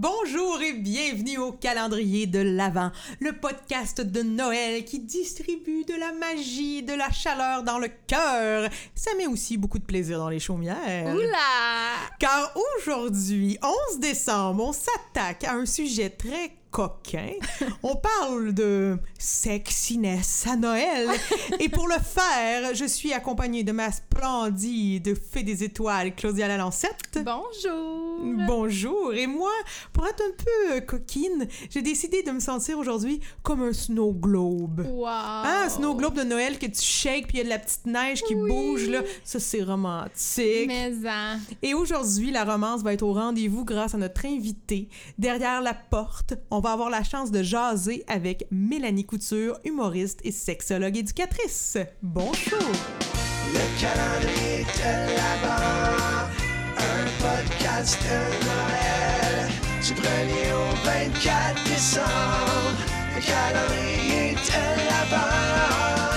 Bonjour et bienvenue au calendrier de l'Avent, le podcast de Noël qui distribue de la magie, de la chaleur dans le cœur. Ça met aussi beaucoup de plaisir dans les chaumières. Oula! Car aujourd'hui, 11 décembre, on s'attaque à un sujet très coquin. On parle de sexiness à Noël. Et pour le faire, je suis accompagnée de ma splendide fée des étoiles, Claudia Lalancette. Bonjour! Bonjour! Et moi, pour être un peu coquine, j'ai décidé de me sentir aujourd'hui comme un snow globe. Wow! Un snow globe de Noël que tu shakes puis il y a de la petite neige qui bouge, là. Ça, c'est romantique. Mais-en. Et aujourd'hui, la romance va être au rendez-vous grâce à notre invité. Derrière la porte, on va avoir la chance de jaser avec Mélanie Couture, humoriste et sexologue éducatrice. Bonjour! Le calendrier de l'Avent, un podcast de Noël, du 1er au 24 décembre, le calendrier de l'Avent.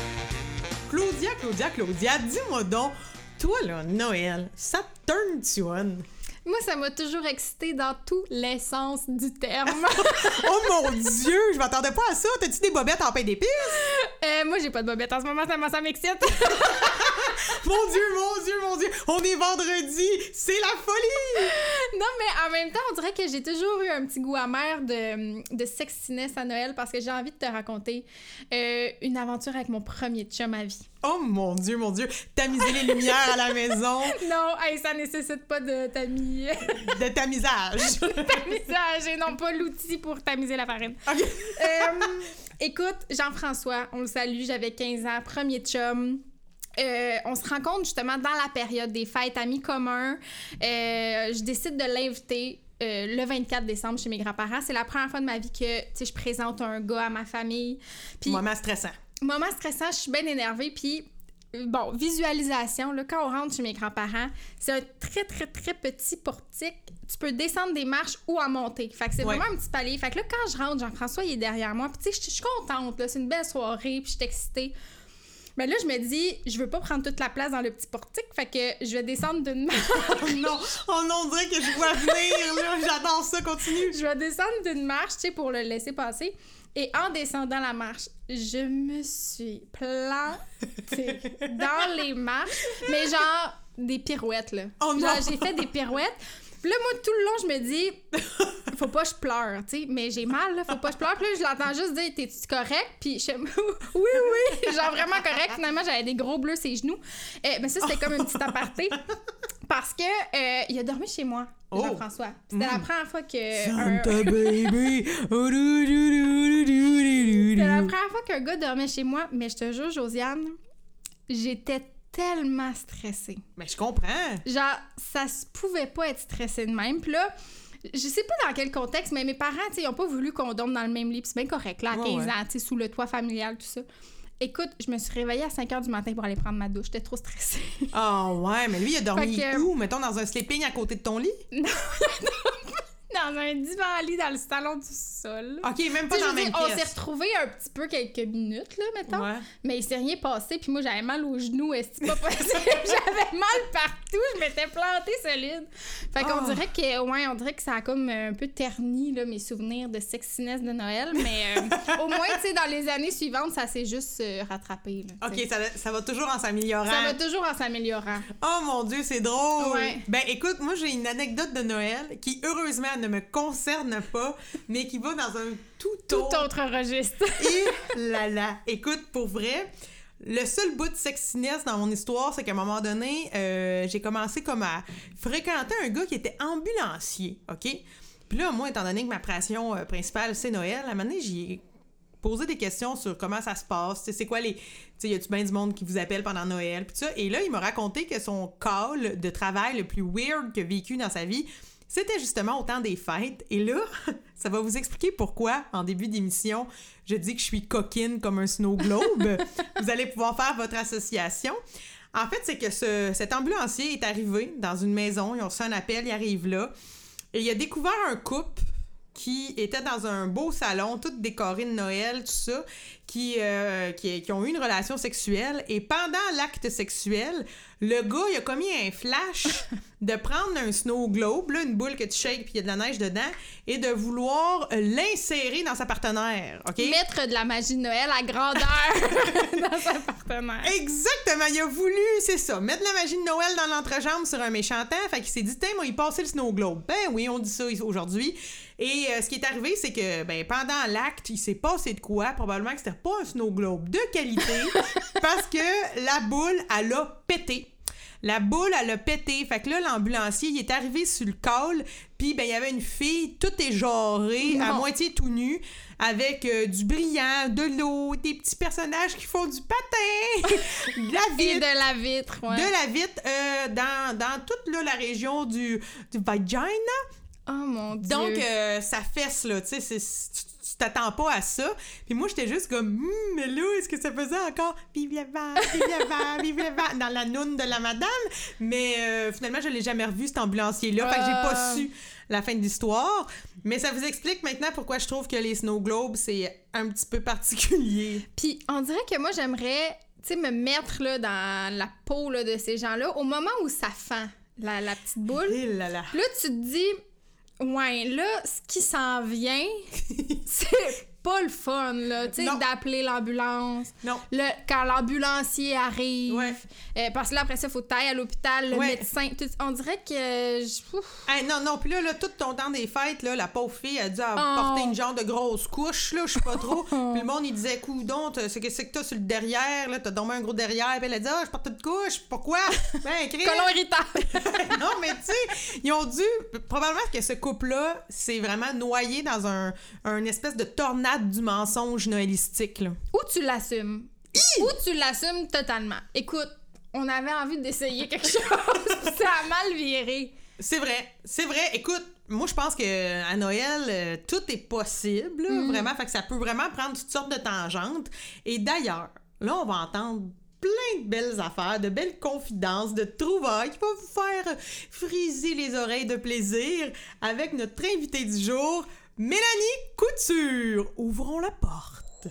Claudia, dis-moi donc, toi là, Noël, ça te turn-tu on? Moi, ça m'a toujours excitée dans tous les sens du terme. Oh mon Dieu, je m'attendais pas à ça. T'as-tu des bobettes en pain d'épices? Moi, j'ai pas de bobette en ce moment, ça m'excite. Mon Dieu, on est vendredi, c'est la folie! Non, mais en même temps, on dirait que j'ai toujours eu un petit goût amer de sexiness à Noël parce que j'ai envie de te raconter une aventure avec mon premier chum à vie. Oh mon Dieu, tamiser les lumières à la maison. Non, hey, ça nécessite pas de tamiser. De tamisage. Tamisage et non pas l'outil pour tamiser la farine. OK. Écoute, Jean-François, on le salue, j'avais 15 ans, premier chum. On se rencontre justement dans la période des fêtes, amis communs. Je décide de l'inviter le 24 décembre chez mes grands-parents. C'est la première fois de ma vie que je présente un gars à ma famille. Puis, moment stressant, je suis bien énervée. Puis, bon, visualisation, là, quand on rentre chez mes grands-parents, c'est un très, très, très petit portique. Tu peux descendre des marches ou en monter. Fait que c'est vraiment un petit palier. Fait que là, quand je rentre, Jean-François, il est derrière moi. Puis, tu sais, je suis contente, là. C'est une belle soirée. Puis, je suis excitée. Mais là, je me dis, je veux pas prendre toute la place dans le petit portique, fait que je vais descendre d'une marche. Oh non, on dirait que je vois venir, là. J'adore ça, continue. Je vais descendre d'une marche, tu sais, pour le laisser passer. Et en descendant la marche, je me suis plantée dans les marches, mais genre des pirouettes, là. Oh non! Genre, j'ai fait des pirouettes. Puis là, moi, tout le long, je me dis, faut pas que je pleure, tu sais, mais j'ai mal, là, faut pas que je pleure. Puis là, je l'entends juste dire, t'es-tu correct? Puis je oui, genre vraiment correct. Finalement, j'avais des gros bleus ses genoux. Mais ça, c'était comme une petite aparté. Parce que il a dormi chez moi, Jean-François. C'était la première fois que... Santa baby! C'était la première fois qu'un gars dormait chez moi, mais je te jure, Josiane, j'étais tellement stressée. Mais je comprends. Genre, ça se pouvait pas être stressé de même. Puis là, je sais pas dans quel contexte, mais mes parents, tu sais, ils ont pas voulu qu'on dorme dans le même lit. Puis c'est bien correct, là, à 15 ans, tu sais, sous le toit familial, tout ça. Écoute, je me suis réveillée à 5h du matin pour aller prendre ma douche. J'étais trop stressée. Oh ouais, mais lui, il a dormi où? Mettons, dans un sleeping à côté de ton lit? Non, dans un divan-lit dans le salon du sol. OK, même pas dans la même pièce. On s'est retrouvés un petit peu quelques minutes, là, mettons. Ouais. Mais il s'est rien passé, puis moi, j'avais mal aux genoux. C'est pas possible. J'avais mal partout. Je m'étais plantée solide. Fait qu'on dirait que ça a comme un peu terni, là, mes souvenirs de sexiness de Noël. Mais au moins, tu sais, dans les années suivantes, ça s'est juste rattrapé. Là, OK, ça va toujours en s'améliorant. Ça va toujours en s'améliorant. Oh mon Dieu, c'est drôle! Ouais. Ben écoute, moi, j'ai une anecdote de Noël qui, heureusement, ne me concerne pas, mais qui va dans un tout autre registre. Et là. Écoute, pour vrai, le seul bout de sexiness dans mon histoire, c'est qu'à un moment donné, j'ai commencé comme à fréquenter un gars qui était ambulancier, OK? Puis là, moi, étant donné que ma passion principale, c'est Noël, à un moment donné, j'y ai posé des questions sur comment ça se passe, c'est quoi les... Tu sais, y a-tu bien du monde qui vous appelle pendant Noël, puis tout ça. Et là, il m'a raconté que son call de travail le plus weird qu'il a vécu dans sa vie, c'était justement au temps des fêtes. Et là, ça va vous expliquer pourquoi, en début d'émission, je dis que je suis coquine comme un snow globe. Vous allez pouvoir faire votre association. En fait, c'est que cet ambulancier est arrivé dans une maison. Ils ont reçu un appel, il arrive là. Et il a découvert un couple qui était dans un beau salon, tout décoré de Noël, tout ça, qui ont eu une relation sexuelle et pendant l'acte sexuel, le gars, il a commis un flash de prendre un snow globe, là, une boule que tu shakes puis il y a de la neige dedans, et de vouloir l'insérer dans sa partenaire, OK? Mettre de la magie de Noël à grandeur dans sa partenaire. Exactement, il a voulu, c'est ça, mettre de la magie de Noël dans l'entrejambe sur un méchant temps, fait qu'il s'est dit, tiens, moi, il passait le snow globe. Ben oui, on dit ça aujourd'hui. Et ce qui est arrivé, c'est que pendant l'acte, il s'est passé de quoi? Probablement que c'était pas un snow globe de qualité, parce que la boule, elle a pété. La boule, elle a pété. Fait que là, l'ambulancier, il est arrivé sur le col, puis il y avait une fille toute éjarée, à moitié tout nue, avec du brillant, de l'eau, des petits personnages qui font du patin, de la vitre. Et de la vitre, ouais. De la vitre, dans toute là, la région du vagina. Oh mon Dieu. Donc, ça fesse, là, tu sais, tu t'attends pas à ça. Puis moi, j'étais juste comme, mais là, est-ce que ça faisait encore « Vive le vent, vive le vent, vive le vent » dans la noune de la madame? Mais finalement, je l'ai jamais revu, cet ambulancier-là. Fait que j'ai pas su la fin de l'histoire. Mais ça vous explique maintenant pourquoi je trouve que les snow globes, c'est un petit peu particulier. Puis on dirait que moi, j'aimerais, tu sais, me mettre là, dans la peau là, de ces gens-là au moment où ça fend, la petite boule. Et là là. Là, tu te dis... Ouais, là, ce qui s'en vient, c'est pas le fun, là, tu sais, d'appeler l'ambulance. Non. Quand l'ambulancier arrive. Ouais. Parce que là, après ça, il faut tailler à l'hôpital, le médecin. On dirait que... Hey, non, puis là, tout ton temps des fêtes, là, la pauvre fille a dû porter une genre de grosse couche, là, je sais pas trop. Puis le monde, il disait, coudon, c'est que t'as sur le derrière, là, t'as dormi un gros derrière. Puis elle a dit, je porte de couche, pourquoi? Colon irritable. Non, mais tu sais, ils ont dû... Probablement que ce couple-là s'est vraiment noyé dans un espèce de tornade du mensonge noëlistique, là. Ou tu l'assumes. Ou tu l'assumes totalement. Écoute, on avait envie d'essayer quelque chose, ça a mal viré. C'est vrai. Écoute, moi, je pense que à Noël, tout est possible, vraiment. Fait que ça peut vraiment prendre toutes sortes de tangentes. Et d'ailleurs, là, on va entendre plein de belles affaires, de belles confidences, de trouvailles qui vont vous faire friser les oreilles de plaisir avec notre invitée du jour, Mélanie Couture. Ouvrons la porte.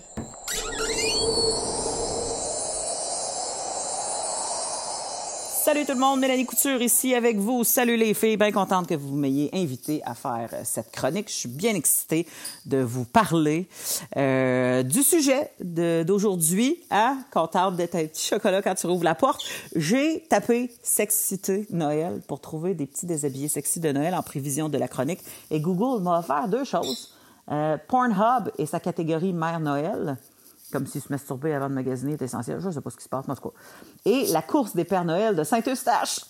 Salut tout le monde, Mélanie Couture ici avec vous. Salut les filles, bien contente que vous m'ayez invitée à faire cette chronique. Je suis bien excitée de vous parler du sujet d'aujourd'hui. Comptable d'être un petit chocolat quand tu rouvres la porte. J'ai tapé « Sexité Noël » pour trouver des petits déshabillés sexy de Noël en prévision de la chronique. Et Google m'a offert deux choses. Pornhub et sa catégorie Mère Noël. Comme si se masturber avant de magasiner est essentiel. Je ne sais pas ce qui se passe, mais en tout cas. Et la course des Pères Noël de Saint-Eustache.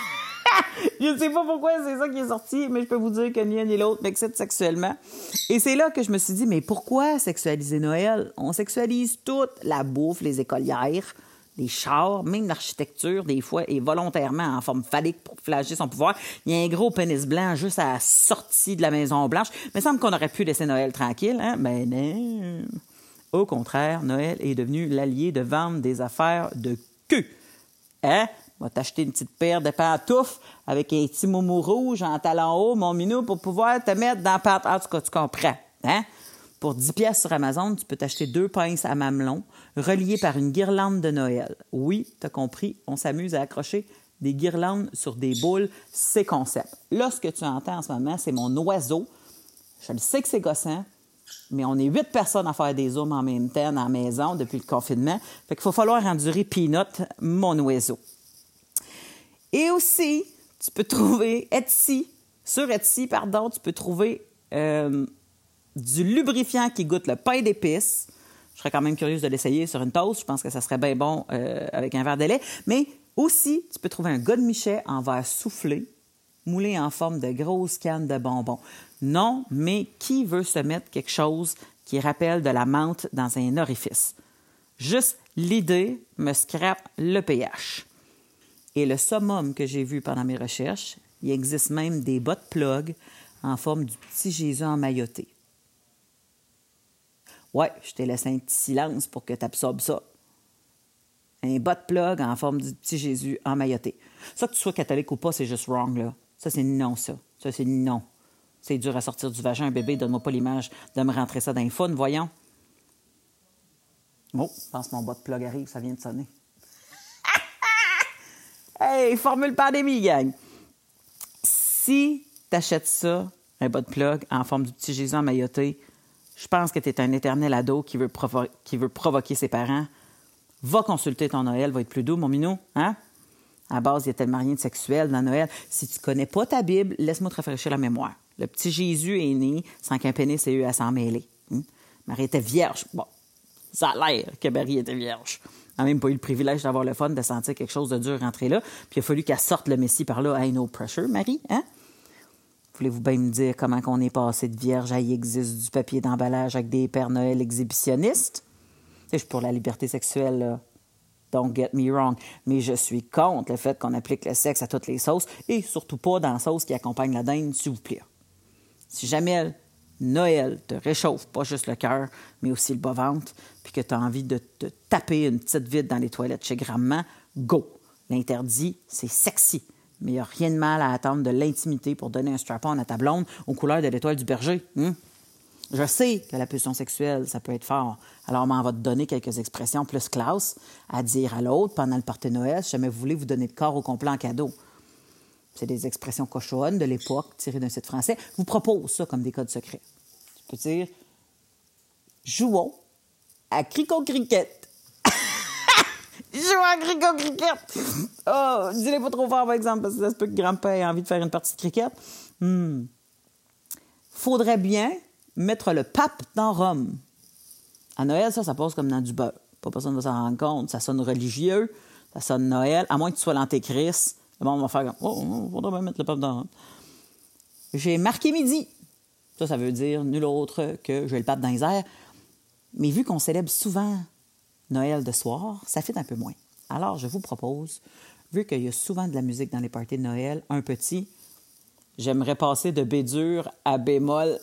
Je ne sais pas pourquoi c'est ça qui est sorti, mais je peux vous dire que ni un ni l'autre m'excite sexuellement. Et c'est là que je me suis dit, mais pourquoi sexualiser Noël? On sexualise toute la bouffe, les écolières, les chars, même l'architecture, des fois, et volontairement en forme phallique pour flasher son pouvoir. Il y a un gros pénis blanc juste à la sortie de la Maison-Blanche. Mais il semble qu'on aurait pu laisser Noël tranquille, hein? Ben non. Au contraire, Noël est devenu l'allié de vendre des affaires de cul. Hein? Va t'acheter une petite paire de pantoufles avec un petit moumou rouge en talon haut, mon minou, pour pouvoir te mettre dans la pâte. En tout cas, tu comprends. Hein? Pour 10$ sur Amazon, tu peux t'acheter 2 pinces à mamelon reliées par une guirlande de Noël. Oui, t'as compris, on s'amuse à accrocher des guirlandes sur des boules. C'est concept. Là, ce que tu entends en ce moment, c'est mon oiseau. Je le sais que c'est gossant, mais on est 8 personnes à faire des zooms en même temps dans la maison depuis le confinement. Fait qu'il va falloir endurer Peanut, mon oiseau. Et aussi, tu peux trouver sur Etsy, tu peux trouver du lubrifiant qui goûte le pain d'épices. Je serais quand même curieuse de l'essayer sur une toast. Je pense que ça serait bien bon avec un verre de lait. Mais aussi, tu peux trouver un godemichet en verre soufflé, moulé en forme de grosses cannes de bonbons. Non, mais qui veut se mettre quelque chose qui rappelle de la menthe dans un orifice? Juste l'idée me scrape le pH. Et le summum que j'ai vu pendant mes recherches, il existe même des bottes plug en forme du petit Jésus emmailloté. Ouais, je t'ai laissé un petit silence pour que tu absorbes ça. Un bot plug en forme du petit Jésus emmailloté. Ça, que tu sois catholique ou pas, c'est juste wrong, là. Ça, c'est non, ça. Ça, c'est non. C'est dur à sortir du vagin, un bébé. Donne-moi pas l'image de me rentrer ça dans les fun, voyons. Oh, je pense que mon bas de plug arrive, ça vient de sonner. Hey, formule pandémie, gang! Si t'achètes ça, un bas de plug en forme du petit Jésus emmailloté, je pense que t'es un éternel ado qui veut provoquer ses parents. Va consulter ton Noël, va être plus doux, mon minou, hein? À la base, il y a tellement rien de sexuel dans Noël. Si tu connais pas ta Bible, laisse-moi te rafraîchir la mémoire. Le petit Jésus est né sans qu'un pénis ait eu à s'en mêler. Marie était vierge. Bon, ça a l'air que Marie était vierge. Elle n'a même pas eu le privilège d'avoir le fun, de sentir quelque chose de dur rentrer là. Puis il a fallu qu'elle sorte le Messie par là. Hey, no pressure, Marie, hein? Voulez-vous bien me dire comment qu'on est passé de vierge à il existe du papier d'emballage avec des Pères Noël exhibitionnistes? Je suis pour la liberté sexuelle, là. Don't get me wrong. Mais je suis contre le fait qu'on applique le sexe à toutes les sauces et surtout pas dans la sauce qui accompagne la dinde, s'il vous plaît. Si jamais Noël te réchauffe pas juste le cœur, mais aussi le bas-ventre, puis que tu as envie de te taper une petite vide dans les toilettes chez Grand-maman, go! L'interdit, c'est sexy. Mais il n'y a rien de mal à attendre de l'intimité pour donner un strap-on à ta blonde aux couleurs de l'étoile du berger. Je sais que la pulsion sexuelle, ça peut être fort. Alors, on va te donner quelques expressions plus classe à dire à l'autre pendant le party de Noël si jamais vous voulez vous donner le corps au complet en cadeau. C'est des expressions cochonnes de l'époque tirées d'un site français. Je vous propose ça comme des codes secrets. Tu peux dire « Jouons à crico-cricket ». Jouons à crico-cricket! Oh, dis-les pas trop fort, par exemple, parce que ça se peut que grand-père ait envie de faire une partie de cricket. Faudrait bien mettre le pape dans Rome. À Noël, ça passe comme dans du beurre. Pas personne ne va s'en rendre compte. Ça sonne religieux, ça sonne Noël. À moins que tu sois l'antéchrist, le monde va faire comme « Oh, faudrait bien mettre le pape dans Rome. » J'ai marqué midi. Ça veut dire nul autre que j'ai le pape dans les airs. Mais vu qu'on célèbre souvent Noël de soir, ça fait un peu moins. Alors, je vous propose, vu qu'il y a souvent de la musique dans les parties de Noël, un petit, j'aimerais passer de B dur à bémol.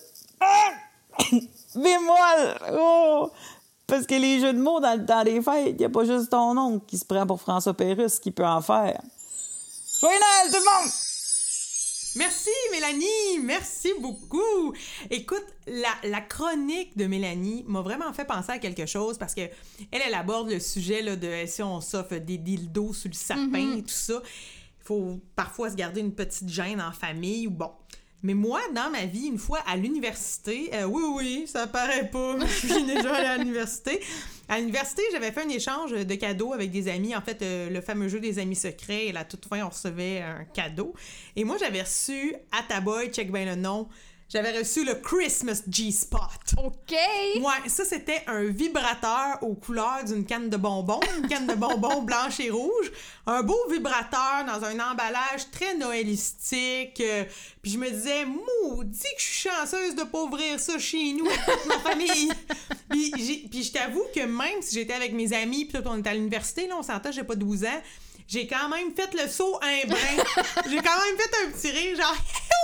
Bémol! Oh! Parce que les jeux de mots dans le temps des fêtes, il n'y a pas juste ton oncle qui se prend pour François Pérusse qui peut en faire. Joyeux Noël, tout le monde! Merci, Mélanie! Merci beaucoup! Écoute, la chronique de Mélanie m'a vraiment fait penser à quelque chose parce que elle aborde le sujet là, de si on s'offre des dildos sur le sapin et tout ça. Il faut parfois se garder une petite gêne en famille ou bon. Mais moi, dans ma vie, une fois à l'université, oui, ça paraît pas, je suis déjà allée à l'université. À l'université, j'avais fait un échange de cadeaux avec des amis. En fait, le fameux jeu des amis secrets. Et à la toute fin, on recevait un cadeau. Et moi, j'avais reçu, à ta boy, check bien le nom, j'avais reçu le Christmas G-Spot. OK! Ouais, ça, c'était un vibrateur aux couleurs d'une canne de bonbons. Une canne de bonbons blanche et rouge. Un beau vibrateur dans un emballage très noëlistique. Puis je me disais, maudit que je suis chanceuse de pas ouvrir ça chez nous avec toute ma famille. Puis je t'avoue que même si j'étais avec mes amis, puis on était à l'université, là, on s'entend, j'ai pas 12 ans, j'ai quand même fait le saut un brin. J'ai quand même fait un petit rire, genre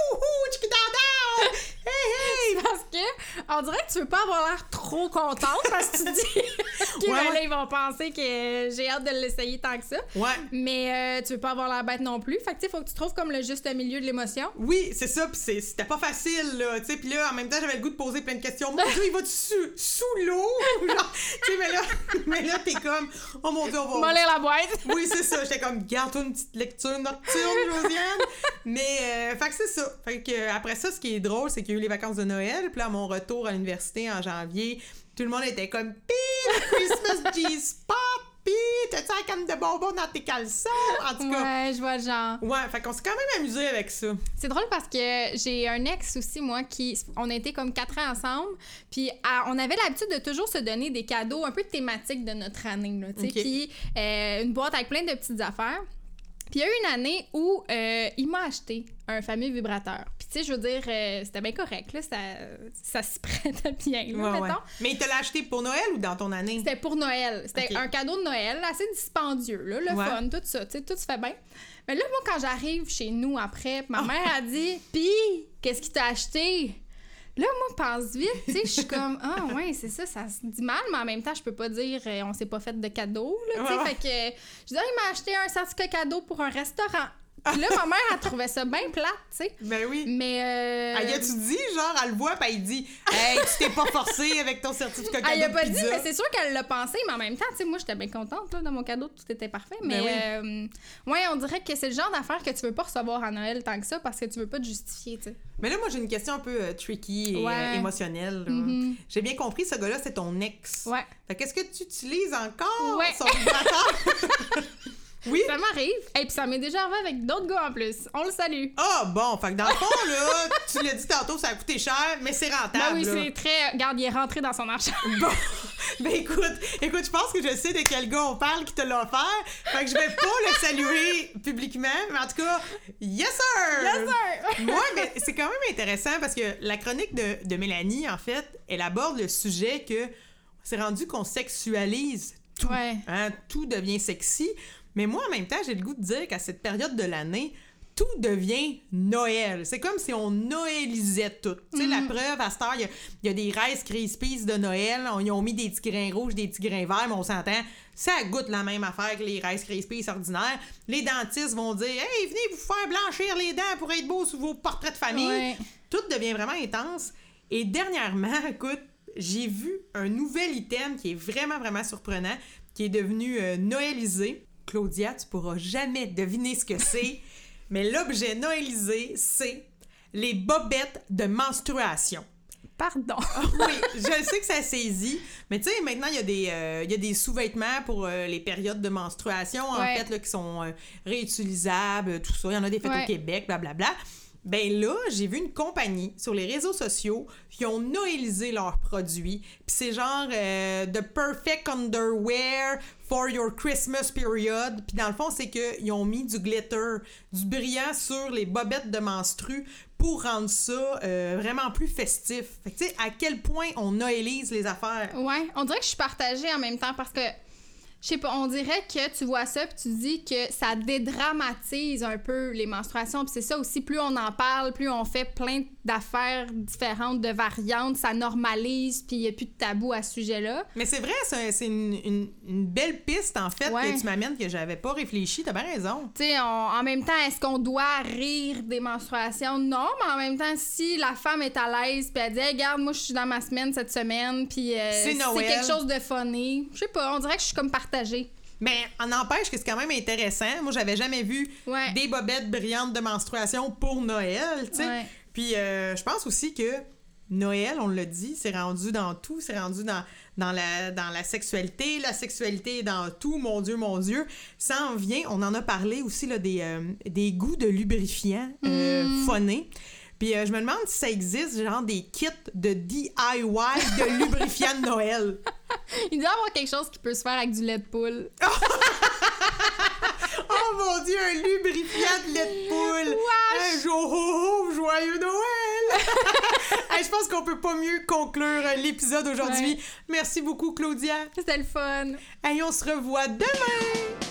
Hey! Parce que on dirait que tu veux pas avoir l'air trop contente parce que tu te dis que là, ils vont penser que j'ai hâte de l'essayer tant que ça. Ouais. Mais tu veux pas avoir l'air bête non plus. Fait que tu sais, faut que tu trouves comme le juste milieu de l'émotion. Oui, c'est ça, pis c'était pas facile, là, tu sais, pis là, en même temps, j'avais le goût de poser plein de questions. Mon Dieu, il va sous l'eau? Genre, tu sais, mais là, t'es comme, oh mon Dieu, on va... Moller la boîte. Oui, c'est ça, j'étais comme, garde-toi une petite lecture nocturne, Josiane. Mais, fait que c'est ça. Fait que, après ça, ce qui est drôle, c'est qu'il y a eu les vacances de Noël, puis là, à mon retour à l'université en janvier, tout le monde était comme, pis, Christmas G-Spot! Pis, t'as-tu la canne de bonbons dans tes caleçons? En tout cas. Ouais, je vois le genre. Ouais, fait qu'on s'est quand même amusé avec ça. C'est drôle parce que j'ai un ex aussi, moi, on a été comme 4 ans ensemble, puis on avait l'habitude de toujours se donner des cadeaux un peu thématiques de notre année, là, tu sais, puis une boîte avec plein de petites affaires. Puis il y a eu une année où il m'a acheté un fameux vibrateur. Puis tu sais, je veux dire, c'était bien correct, là, ça s'y prêtait bien, là, mettons. Ouais. Mais il te l'a acheté pour Noël ou dans ton année? C'était pour Noël. C'était un cadeau de Noël, assez dispendieux, là, le fun, tout ça, tu sais, tout se fait bien. Mais là, moi, quand j'arrive chez nous après, ma mère a dit « Pis, qu'est-ce qu'il t'a acheté? » Là, moi, pense vite, tu sais, je suis comme, ah, ouais, c'est ça, ça se dit mal, mais en même temps, je peux pas dire, on s'est pas fait de cadeau, là, tu sais, fait que, je dis, il m'a acheté un certificat cadeau pour un restaurant. Puis là, ma mère, elle trouvait ça bien plate, tu sais. Ben oui. Mais... Elle a-tu dit, genre, elle le voit, puis elle dit « Hey, tu t'es pas forcé avec ton certificat cadeau Elle a de pas pizza. dit, mais c'est sûr qu'elle l'a pensé, mais en même temps, tu sais, moi, j'étais bien contente, là, dans mon cadeau, tout était parfait. Mais, ouais, on dirait que c'est le genre d'affaire que tu veux pas recevoir à Noël tant que ça, parce que tu veux pas te justifier, tu sais. Mais là, moi, j'ai une question un peu tricky et émotionnelle. Là. J'ai bien compris, ce gars-là, c'est ton ex. Ouais. Fait qu'est-ce que tu utilises encore Ouais. son vibrateur? Oui? Ça m'arrive. Et puis ça m'est déjà arrivé avec d'autres gars en plus. On le salue. Ah, bon, fait que dans le fond, là, tu l'as dit tantôt, ça a coûté cher, mais c'est rentable. Ben oui, là. c'est très... Regarde, il est rentré dans son argent. Bon, ben écoute, je pense que je sais de quel gars on parle qui te l'a offert. Fait que je vais pas le saluer publiquement, mais en tout cas, yes sir! Yes, sir! Moi, mais c'est quand même intéressant parce que la chronique de Mélanie, en fait, elle aborde le sujet que c'est rendu qu'on sexualise tout. Ouais. Hein, tout devient sexy. Mais moi, en même temps, j'ai le goût de dire qu'à cette période de l'année, tout devient Noël. C'est comme si on noëlisait tout. Tu sais, la preuve, à cette heure, il y a des Rice Krispies de Noël. Ils ont mis des petits grains rouges, des petits grains verts, mais on s'entend, ça goûte la même affaire que les Rice Krispies ordinaires. Les dentistes vont dire « Hey, venez vous faire blanchir les dents pour être beau sous vos portraits de famille. Ouais. » Tout devient vraiment intense. Et dernièrement, écoute, j'ai vu un nouvel item qui est vraiment, vraiment surprenant, qui est devenu noëlisé. Claudia, tu pourras jamais deviner ce que c'est, mais l'objet noëlisé, c'est les bobettes de menstruation. Pardon. Oui, je sais que ça saisit, mais tu sais, maintenant, il y a des sous-vêtements pour les périodes de menstruation, en fait, là, qui sont réutilisables, tout ça. Il y en a des faits au Québec, blablabla. Ben là, j'ai vu une compagnie sur les réseaux sociaux qui ont noëlisé leurs produits. Puis c'est genre The Perfect Underwear for your Christmas period. Puis dans le fond, c'est qu'ils ont mis du glitter, du brillant sur les bobettes de menstru pour rendre ça vraiment plus festif. Fait que tu sais, à quel point on noélise les affaires. Ouais, on dirait que je suis partagée en même temps parce que, je sais pas, on dirait que tu vois ça puis tu dis que ça dédramatise un peu les menstruations. Puis c'est ça aussi, plus on en parle, plus on fait plein d'affaires différentes, de variantes, ça normalise puis il n'y a plus de tabou à ce sujet-là. Mais c'est vrai, c'est une belle piste, en fait, que tu m'amènes, que j'avais pas réfléchi. T'as bien raison. Tu sais, en même temps, est-ce qu'on doit rire des menstruations? Non, mais en même temps, si la femme est à l'aise puis elle dit hey, « Regarde, moi, je suis dans ma semaine cette semaine, puis c'est quelque chose de funny. » Je sais pas, on dirait que je suis comme partagée. Mais en empêche que c'est quand même intéressant. Moi, j'avais jamais vu des bobettes brillantes de menstruation pour Noël, tu sais. Ouais. Puis je pense aussi que Noël, on l'a dit, c'est rendu dans tout. C'est rendu dans la sexualité. La sexualité est dans tout, mon Dieu, mon Dieu. Ça en vient, on en a parlé aussi, là, des goûts de lubrifiants phonés. Puis je me demande si ça existe, genre des kits de DIY de lubrifiants de Noël. Il doit y avoir quelque chose qui peut se faire avec du lait de poule. Oh mon Dieu, un lubrifiant de lait de poule! Wesh! Joyeux Noël! Hey, je pense qu'on peut pas mieux conclure l'épisode aujourd'hui. Ouais. Merci beaucoup, Claudia. C'était le fun. Hey, on se revoit demain!